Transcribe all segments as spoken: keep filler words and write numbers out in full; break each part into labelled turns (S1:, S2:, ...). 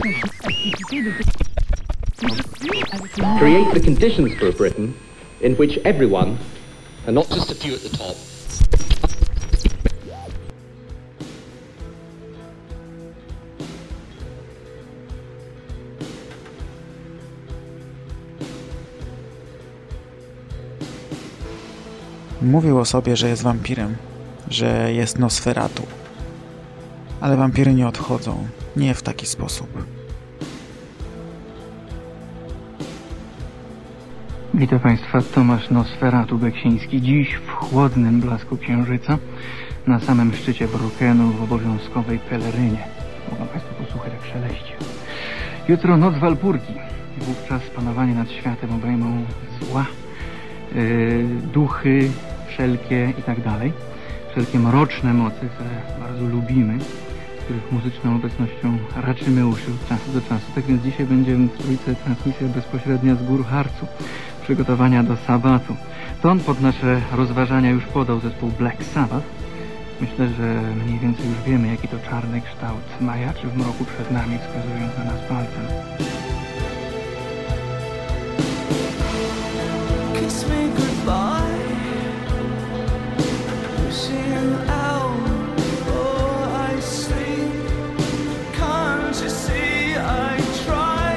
S1: Create the conditions for a Britain in which everyone, and not just a few at the top,
S2: Mówił o sobie, że jest wampirem, że jest Nosferatu. Ale wampiry nie odchodzą, nie w taki sposób.
S3: Witam Państwa, Tomasz Nosferatu Beksiński. Dziś w chłodnym blasku księżyca, na samym szczycie Brukenu w obowiązkowej pelerynie. Mogą Państwo posłuchać, jak szeleści. Jutro noc Walpurgi. Wówczas panowanie nad światem obejmą zła, yy, duchy wszelkie i tak dalej. Wszelkie mroczne mocy, które bardzo lubimy, z których muzyczną obecnością raczymy uszy od czasu do czasu. Tak więc dzisiaj będzie w trójce transmisja bezpośrednia z gór Harcu. Przygotowania do sabatu. Ton pod nasze rozważania już podał zespół Black Sabbath. Myślę, że mniej więcej już wiemy, jaki to czarny kształt majaczy w mroku przed nami, wskazując na nas palcem.
S4: Kiss me goodbye. Pushing out before I sleep. Can't you see I try?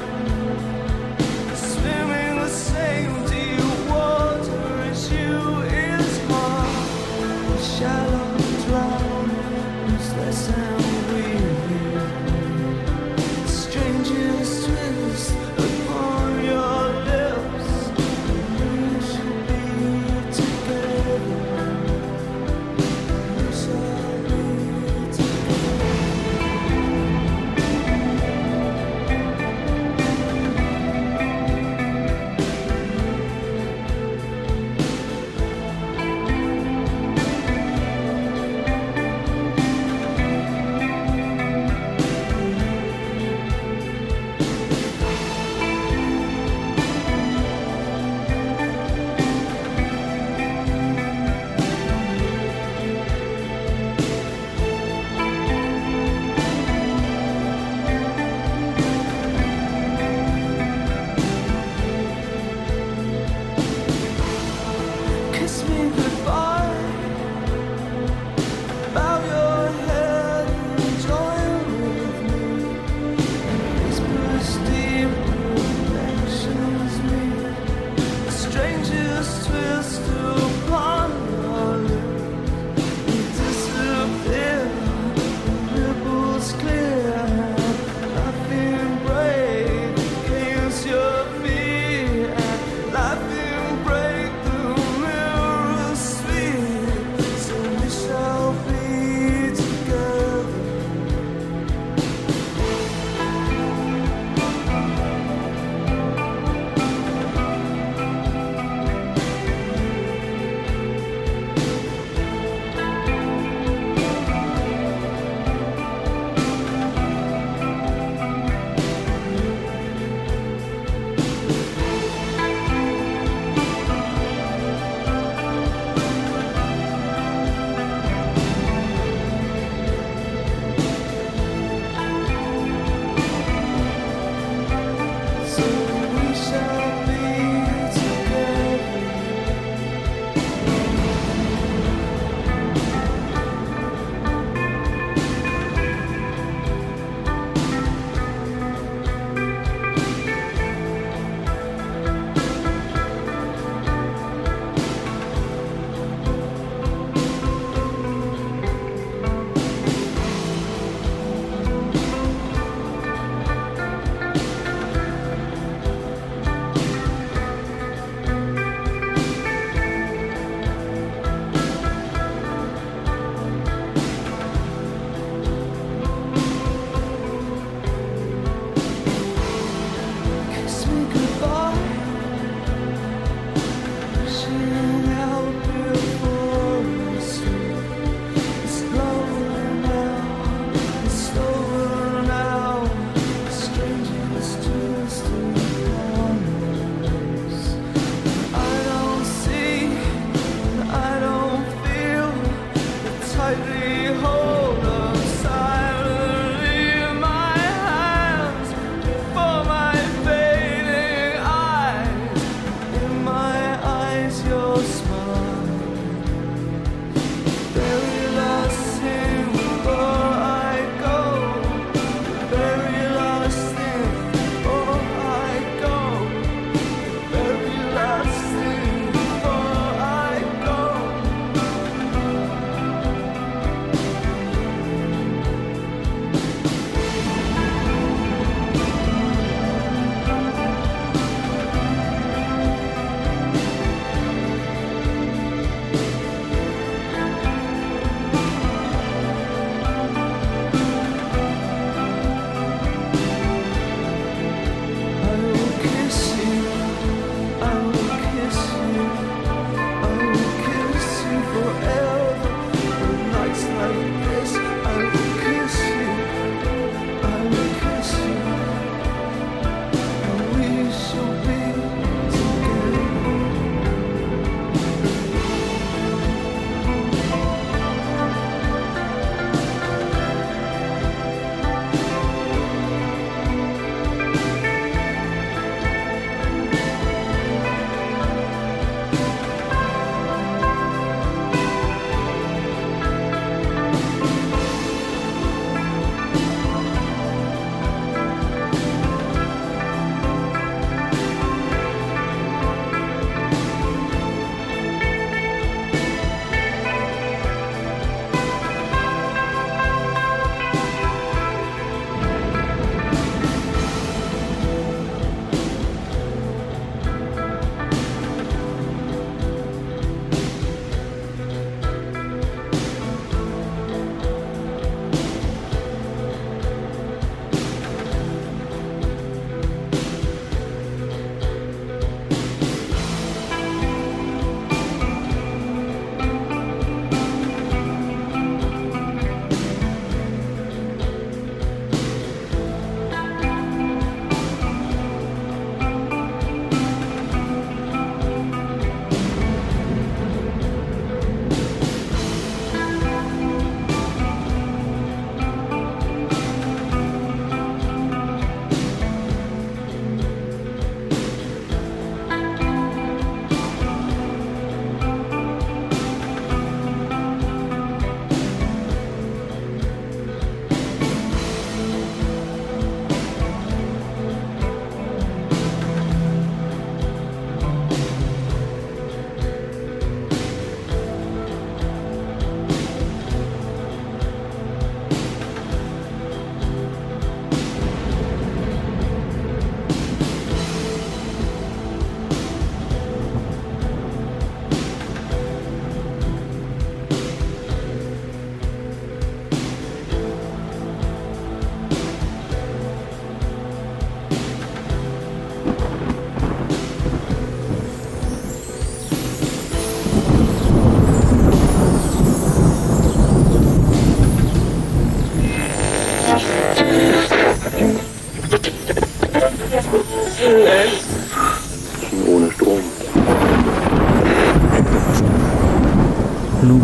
S4: Swimming the same deep water as you is hard. Shallow drown, useless and weary. Strangers twist upon your lips. We should be together. We shall be together.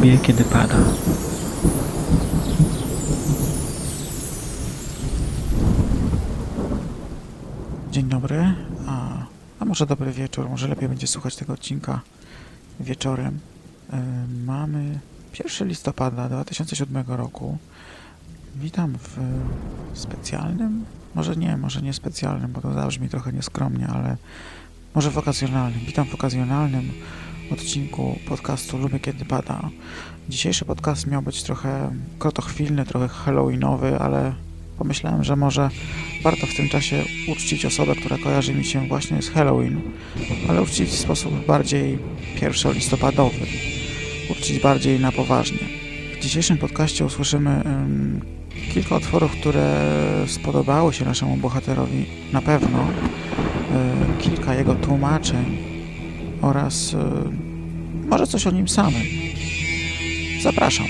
S3: Lubię, kiedy pada.
S2: Dzień dobry, a, a może dobry wieczór, może lepiej będzie słuchać tego odcinka wieczorem. Yy, mamy pierwszego listopada dwa tysiące siódmego roku. Witam w specjalnym, może nie, może nie specjalnym, bo to zabrzmi trochę nieskromnie, ale może w okazjonalnym. Witam w okazjonalnym odcinku podcastu Lubię, kiedy pada. Dzisiejszy podcast miał być trochę krotochwilny, trochę halloweenowy, ale pomyślałem, że może warto w tym czasie uczcić osobę, która kojarzy mi się właśnie z Halloween, ale uczcić w sposób bardziej pierwszolistopadowy, uczcić bardziej na poważnie. W dzisiejszym podcaście usłyszymy um, kilka utworów, które spodobały się naszemu bohaterowi na pewno, um, kilka jego tłumaczeń oraz um, może coś o nim samym. Zapraszam.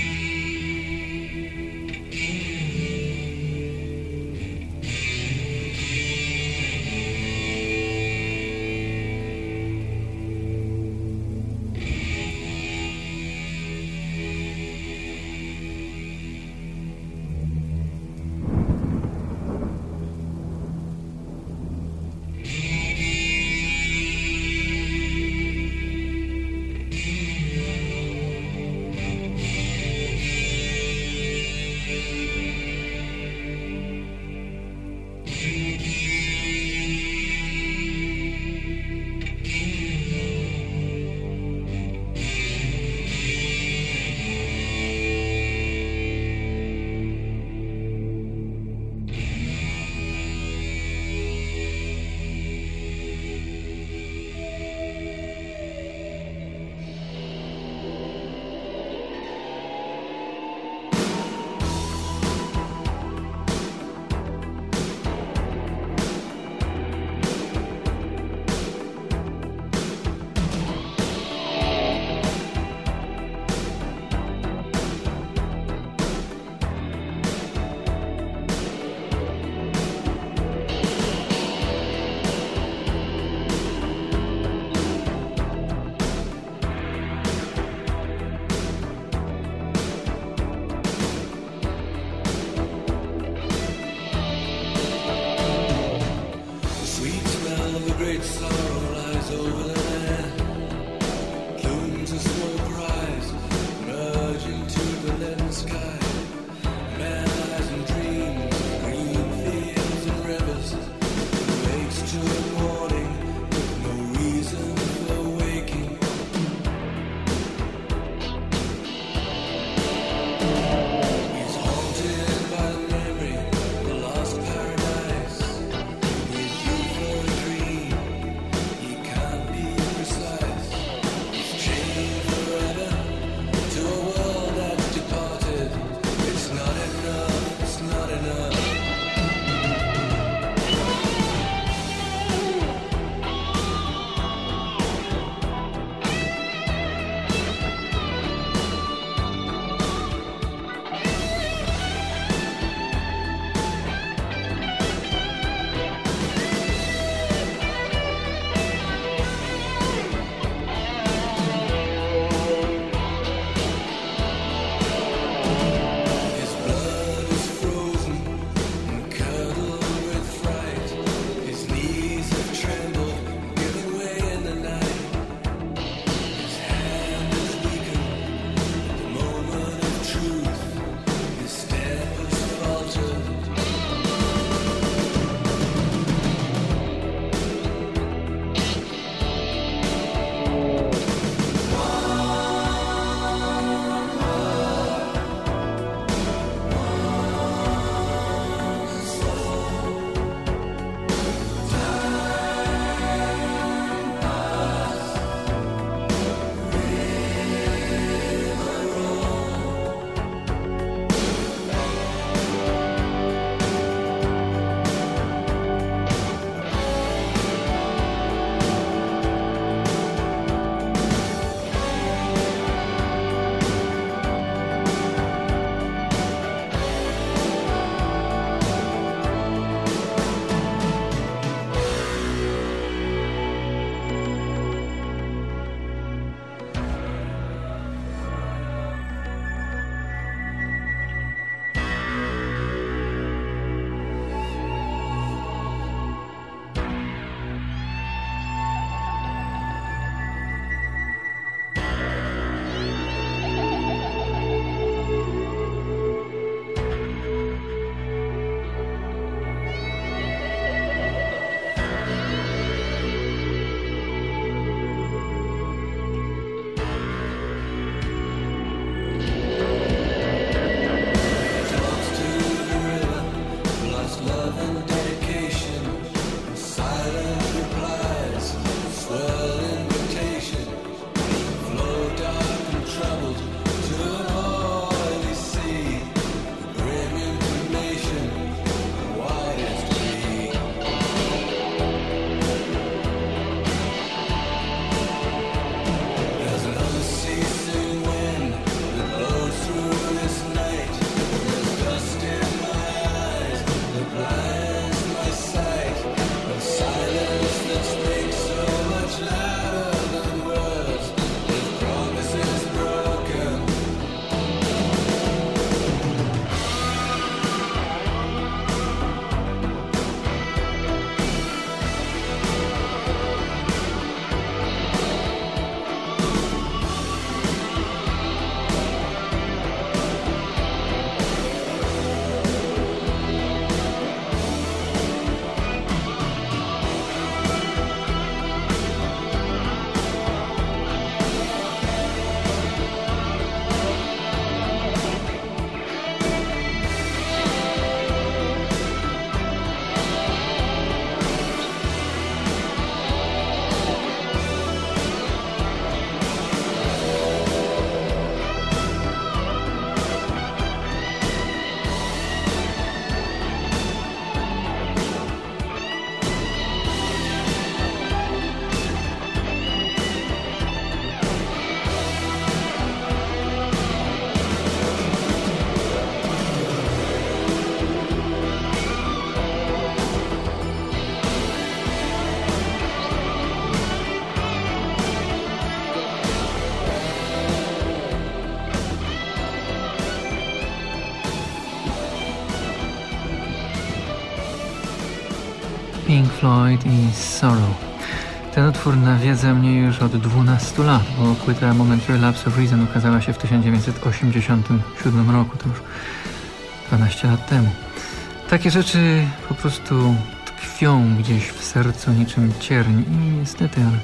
S3: Pink Floyd i Sorrow. Ten utwór nawiedza mnie już od dwunastu lat, bo płyta Momentary Lapse of Reason ukazała się w tysiąc dziewięćset osiemdziesiątym siódmym roku, to już dwanaście lat temu. Takie rzeczy po prostu tkwią gdzieś w sercu niczym cierń i niestety, ale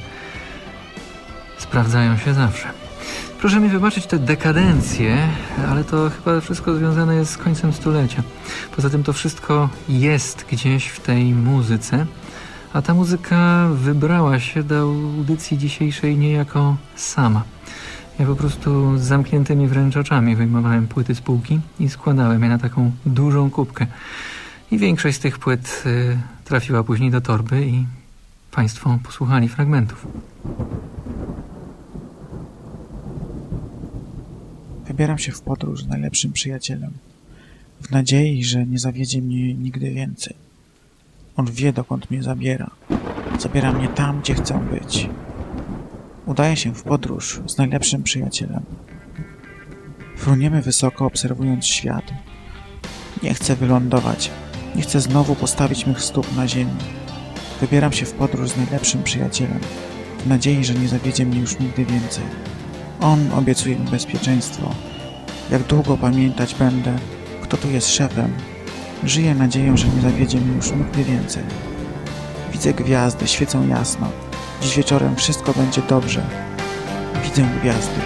S3: sprawdzają się zawsze. Proszę mi wybaczyć tę dekadencję, ale to chyba wszystko związane jest z końcem stulecia. Poza tym to wszystko jest gdzieś w tej muzyce, a ta muzyka wybrała się do audycji dzisiejszej niejako sama. Ja po prostu z zamkniętymi wręcz oczami wyjmowałem płyty z półki i składałem je na taką dużą kubkę. I większość z tych płyt y, trafiła później do torby i Państwo posłuchali fragmentów.
S2: Wybieram się w podróż z najlepszym przyjacielem, w nadziei, że nie zawiedzie mnie nigdy więcej. On wie, dokąd mnie zabiera. Zabiera mnie tam, gdzie chcę być. Udaję się w podróż z najlepszym przyjacielem. Fruniemy wysoko, obserwując świat. Nie chcę wylądować. Nie chcę znowu postawić mych stóp na ziemi. Wybieram się w podróż z najlepszym przyjacielem, w nadziei, że nie zawiedzie mnie już nigdy więcej. On obiecuje mi bezpieczeństwo. Jak długo pamiętać będę, kto tu jest szefem. Żyję nadzieją, że nie zawiedzie mnie już nigdy więcej. Widzę gwiazdy, świecą jasno. Dziś wieczorem wszystko będzie dobrze. Widzę gwiazdy.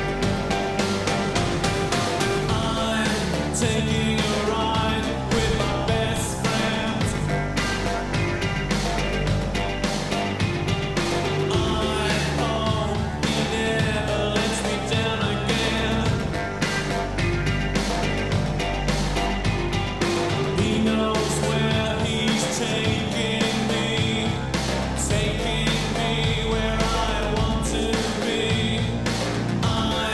S4: Taking me where I want to be. I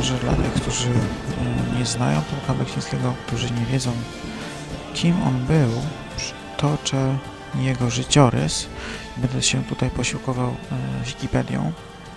S2: że dla tych, którzy e, nie znają Tomka Beksińskiego, którzy nie wiedzą, kim on był, przytoczę jego życiorys. Będę się tutaj posiłkował e, Wikipedią.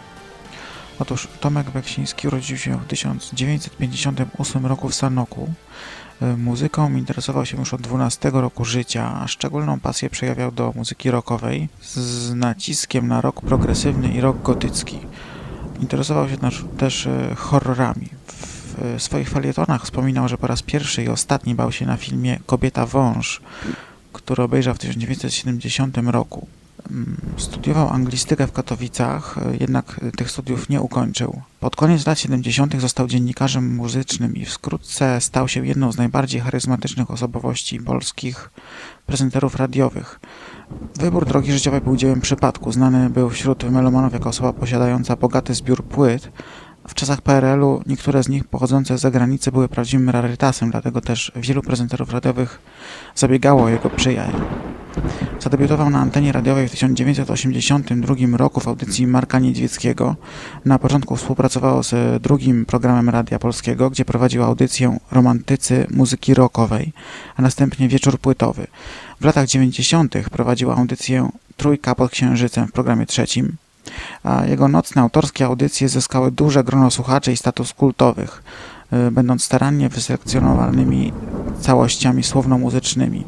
S2: Otóż Tomek Beksiński urodził się w tysiąc dziewięćset pięćdziesiątym ósmym roku w Sanoku. E, muzyką interesował się już od dwunastego roku życia, a szczególną pasję przejawiał do muzyki rockowej z naciskiem na rock progresywny i rock gotycki. Interesował się też e, horrorami. W swoich felietonach wspominał, że po raz pierwszy i ostatni bał się na filmie Kobieta wąż, który obejrzał w tysiąc dziewięćset siedemdziesiątym roku. Studiował anglistykę w Katowicach, jednak tych studiów nie ukończył. Pod koniec lat siedemdziesiątych został dziennikarzem muzycznym i wkrótce stał się jedną z najbardziej charyzmatycznych osobowości polskich prezenterów radiowych. Wybór drogi życiowej był dziełem przypadku. Znany był wśród melomanów jako osoba posiadająca bogaty zbiór płyt. W czasach P R L u niektóre z nich pochodzące z zagranicy były prawdziwym rarytasem, dlatego też wielu prezenterów radiowych zabiegało o jego przyjaźń. Zadebiutował na antenie radiowej w tysiąc dziewięćset osiemdziesiątym drugim roku w audycji Marka Niedźwieckiego. Na początku współpracował z drugim programem Radia Polskiego, gdzie prowadził audycję Romantycy muzyki rockowej, a następnie Wieczór płytowy. W latach dziewięćdziesiątych prowadził audycję Trójka pod Księżycem w programie trzecim, a jego nocne autorskie audycje zyskały duże grono słuchaczy i status kultowych, będąc starannie wyselekcjonowanymi całościami słowno-muzycznymi.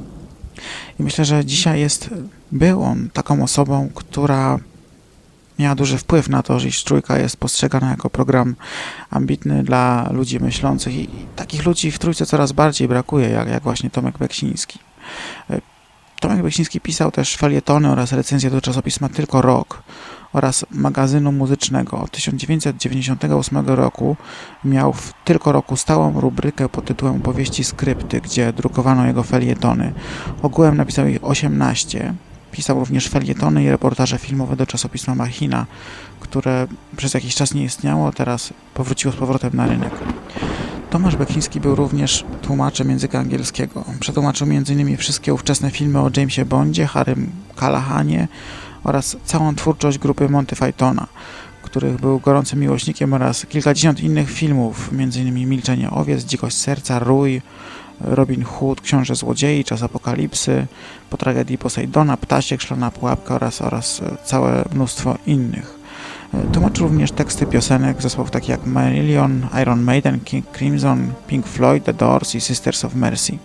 S2: I myślę, że dzisiaj jest, był on taką osobą, która miała duży wpływ na to, że Trójka jest postrzegana jako program ambitny dla ludzi myślących i takich ludzi w Trójce coraz bardziej brakuje, jak, jak właśnie Tomek Beksiński. Tomek Beksiński pisał też felietony oraz recenzje do czasopisma Tylko Rock oraz magazynu muzycznego. Od tysiąc dziewięćset dziewięćdziesiątego ósmego roku miał w Tylko Roku stałą rubrykę pod tytułem Powieści skrypty, gdzie drukowano jego felietony. Ogółem napisał ich osiemnaście. Pisał również felietony i reportaże filmowe do czasopisma Machina, które przez jakiś czas nie istniało, teraz powróciło z powrotem na rynek. Tomasz Beksiński był również tłumaczem języka angielskiego. Przetłumaczył między innymi wszystkie ówczesne filmy o Jamesie Bondzie, Harrym Callaghanie oraz całą twórczość grupy Monty Pythona, których był gorącym miłośnikiem, oraz kilkadziesiąt innych filmów, między innymi Milczenie owiec, Dzikość serca, Rój, Robin Hood, Książę złodziei, Czas apokalipsy, Po tragedii Posejdona, Ptasiek, Szklana pułapka oraz, oraz całe mnóstwo innych. Tłumaczył również teksty piosenek zespołów takich jak Marillion, Iron Maiden, King Crimson, Pink Floyd, The Doors i Sisters of Mercy.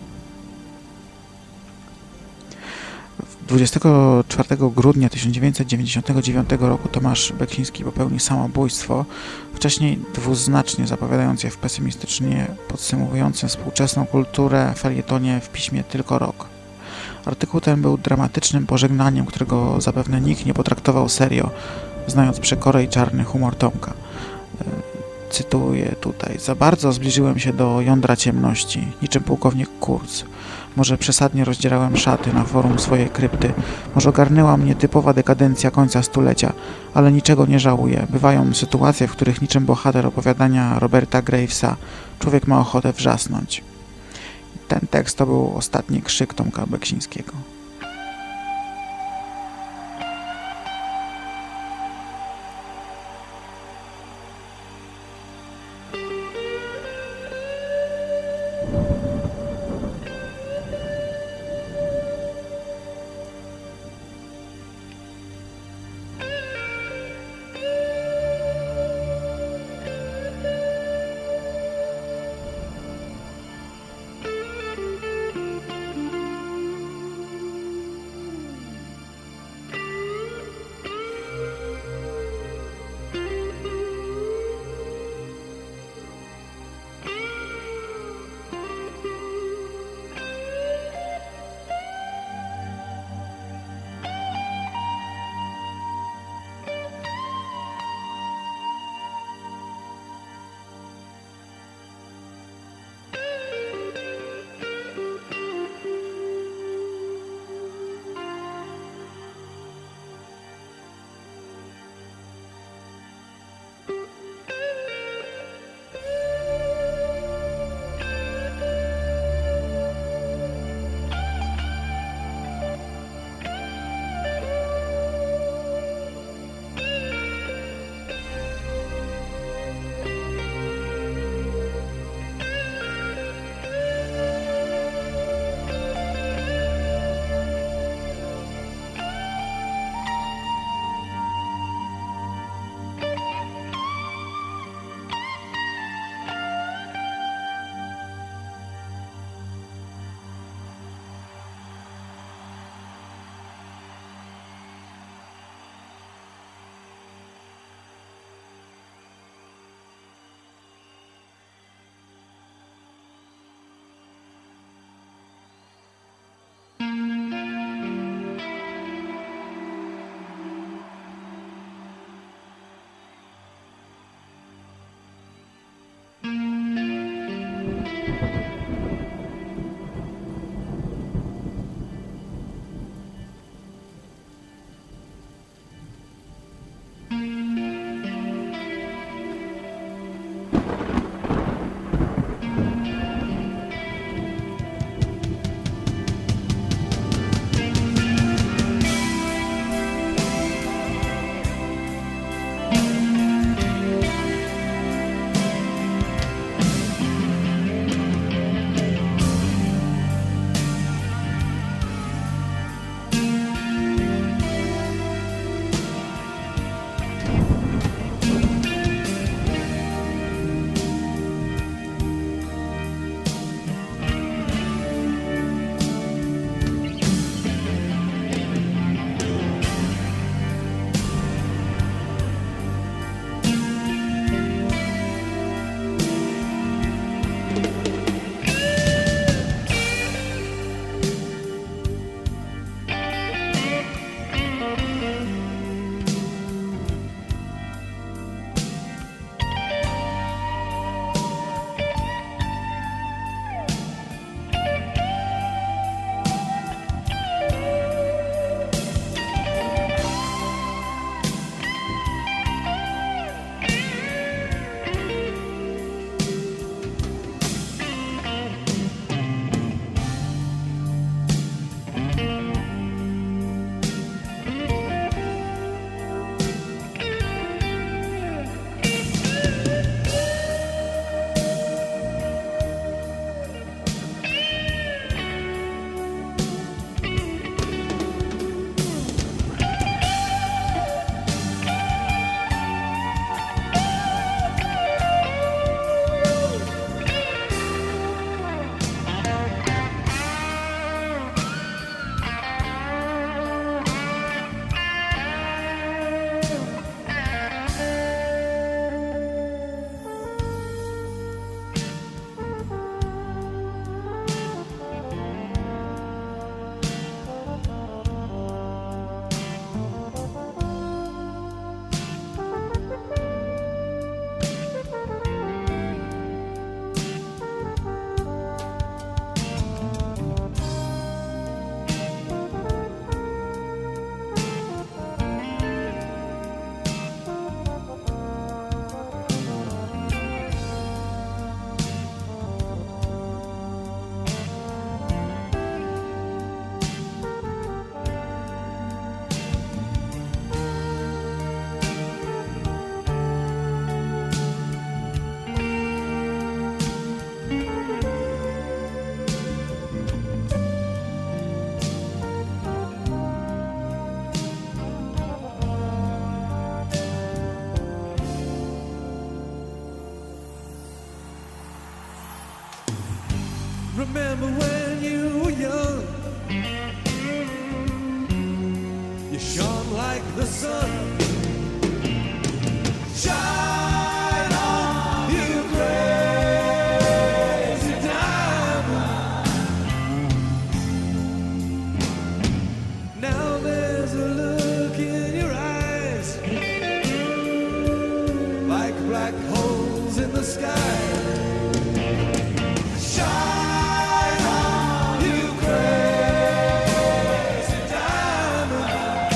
S2: dwudziestego czwartego grudnia tysiąc dziewięćset dziewięćdziesiątego dziewiątego roku Tomasz Beksiński popełnił samobójstwo, wcześniej dwuznacznie zapowiadając je w pesymistycznie podsumowującym współczesną kulturę felietonie w piśmie Tylko Rock. Artykuł ten był dramatycznym pożegnaniem, którego zapewne nikt nie potraktował serio, znając przekorę i czarny humor Tomka. Cytuję tutaj: za bardzo zbliżyłem się do jądra ciemności, niczym pułkownik Kurz. Może przesadnie rozdzierałem szaty na forum swojej krypty, może ogarnęła mnie typowa dekadencja końca stulecia, ale niczego nie żałuję. Bywają sytuacje, w których niczym bohater opowiadania Roberta Gravesa człowiek ma ochotę wrzasnąć. Ten tekst to był ostatni krzyk Tomka Beksińskiego.
S4: remember when you were young. You shone like the sun. Shine on, you crazy diamond. Now there's a look in your eyes, like black holes in the sky. Shine on, you crazy diamond.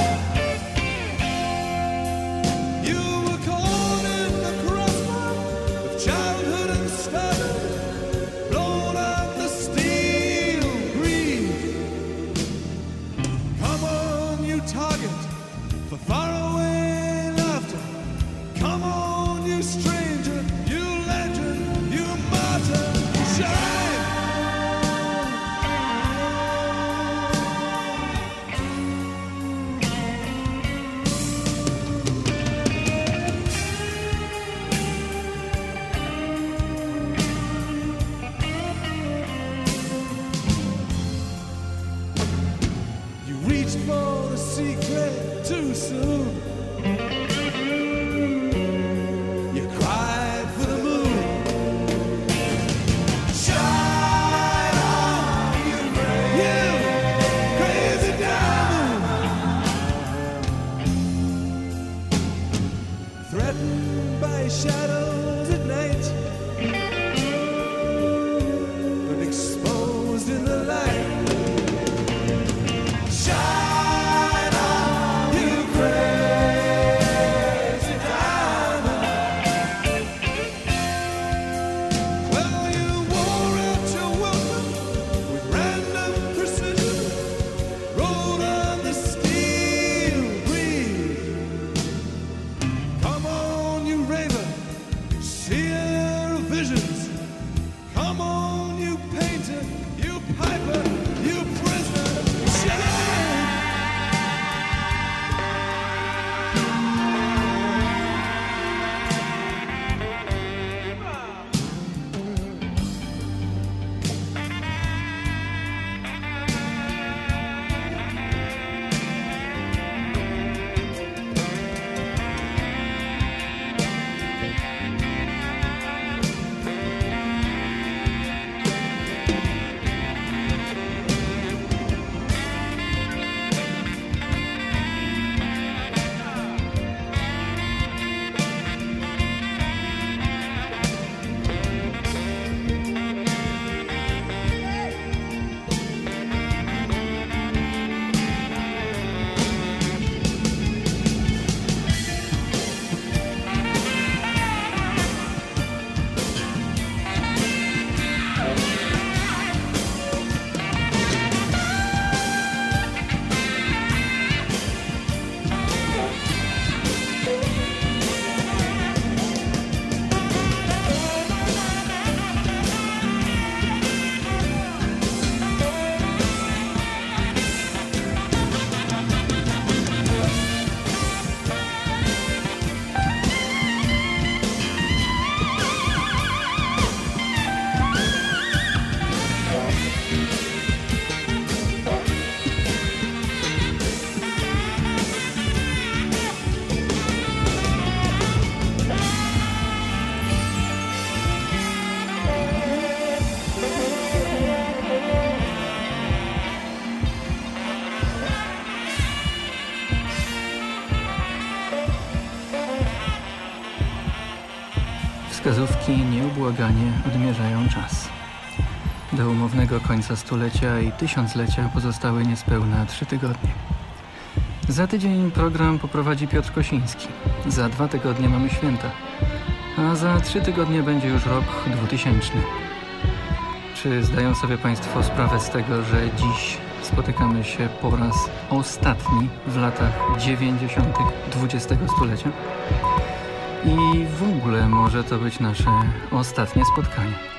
S4: You were caught in the crossfire of childhood and stubborn, blown on the steel breeze. Come on, you target for faraway laughter. Come on, you stranger, you legend, you martyr. Shine! You reached for the secret too soon. You cried for the moon. Shine on, you crazy diamond. Threatened by shadows at night, but exposed in the light. Shine on, you crazy diamond. Well, you wore out your welcome with random precision, rode on the steel breeze. Come on, you raver, seer of visions. Come on, you painter, you piper, you prisoner. Shine!
S3: Wskazówki nieubłaganie odmierzają czas. Do umownego końca stulecia i tysiąclecia pozostały niespełna trzy tygodnie. Za tydzień program poprowadzi Piotr Kosiński. Za dwa tygodnie mamy święta. A za trzy tygodnie będzie już rok dwutysięczny. Czy zdają sobie Państwo sprawę z tego, że dziś spotykamy się po raz ostatni w latach dziewięćdziesiątych dwudziestego stulecia? I w ogóle może to być nasze ostatnie spotkanie.